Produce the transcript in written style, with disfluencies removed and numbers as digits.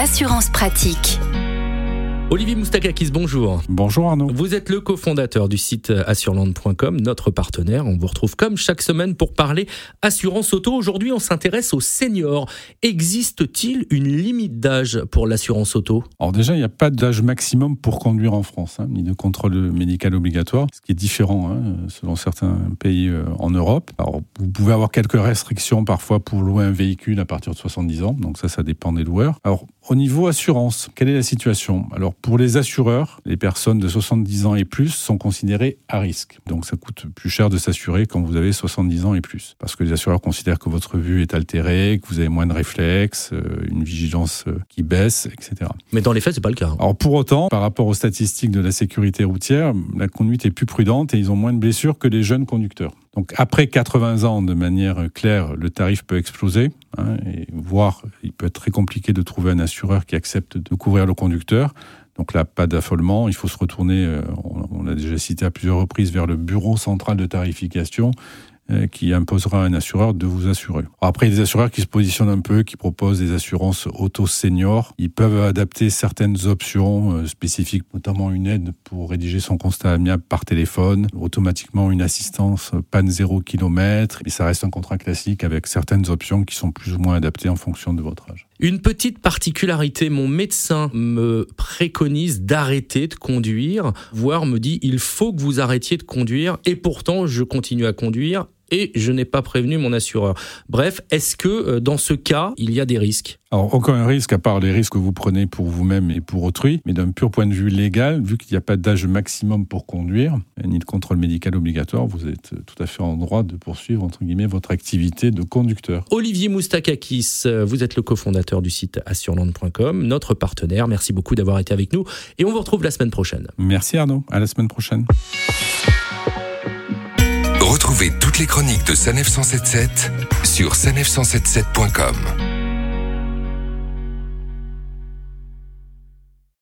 Assurance pratique. Olivier Moustakakis, bonjour. Bonjour Arnaud. Vous êtes le cofondateur du site assureland.com, notre partenaire. On vous retrouve comme chaque semaine pour parler assurance auto. Aujourd'hui, on s'intéresse aux seniors. Existe-t-il une limite d'âge pour l'assurance auto ? Alors déjà, il n'y a pas d'âge maximum pour conduire en France, ni de contrôle médical obligatoire, ce qui est différent selon certains pays en Europe. Alors, vous pouvez avoir quelques restrictions parfois pour louer un véhicule à partir de 70 ans, donc ça dépend des loueurs. Alors, au niveau assurance, quelle est la situation ? Alors, pour les assureurs, les personnes de 70 ans et plus sont considérées à risque. Donc, ça coûte plus cher de s'assurer quand vous avez 70 ans et plus. Parce que les assureurs considèrent que votre vue est altérée, que vous avez moins de réflexes, une vigilance qui baisse, etc. Mais dans les faits, c'est pas le cas. Alors, pour autant, par rapport aux statistiques de la sécurité routière, la conduite est plus prudente et ils ont moins de blessures que les jeunes conducteurs. Donc, après 80 ans, de manière claire, le tarif peut exploser, et voire il peut être très compliqué de trouver un assureur qui accepte de couvrir le conducteur. Donc là, pas d'affolement, il faut se retourner, on l'a déjà cité à plusieurs reprises, vers le bureau central de tarification qui imposera à un assureur de vous assurer. Après, il y a des assureurs qui se positionnent un peu, qui proposent des assurances auto-seniors. Ils peuvent adapter certaines options spécifiques, notamment une aide pour rédiger son constat amiable par téléphone, automatiquement une assistance panne 0 km, et ça reste un contrat classique avec certaines options qui sont plus ou moins adaptées en fonction de votre âge. Une petite particularité, mon médecin me préconise d'arrêter de conduire, voire me dit il faut que vous arrêtiez de conduire, et pourtant je continue à conduire et je n'ai pas prévenu mon assureur. Bref, est-ce que dans ce cas, il y a des risques ? Alors, aucun risque à part les risques que vous prenez pour vous-même et pour autrui, mais d'un pur point de vue légal, vu qu'il n'y a pas d'âge maximum pour conduire, ni de contrôle médical obligatoire, vous êtes tout à fait en droit de poursuivre, entre guillemets, votre activité de conducteur. Olivier Moustakakis, vous êtes le cofondateur du site assureland.com, notre partenaire. Merci beaucoup d'avoir été avec nous et on vous retrouve la semaine prochaine. Merci Arnaud, à la semaine prochaine. Retrouvez toutes les chroniques de Sanef 177 sur sanef177.com.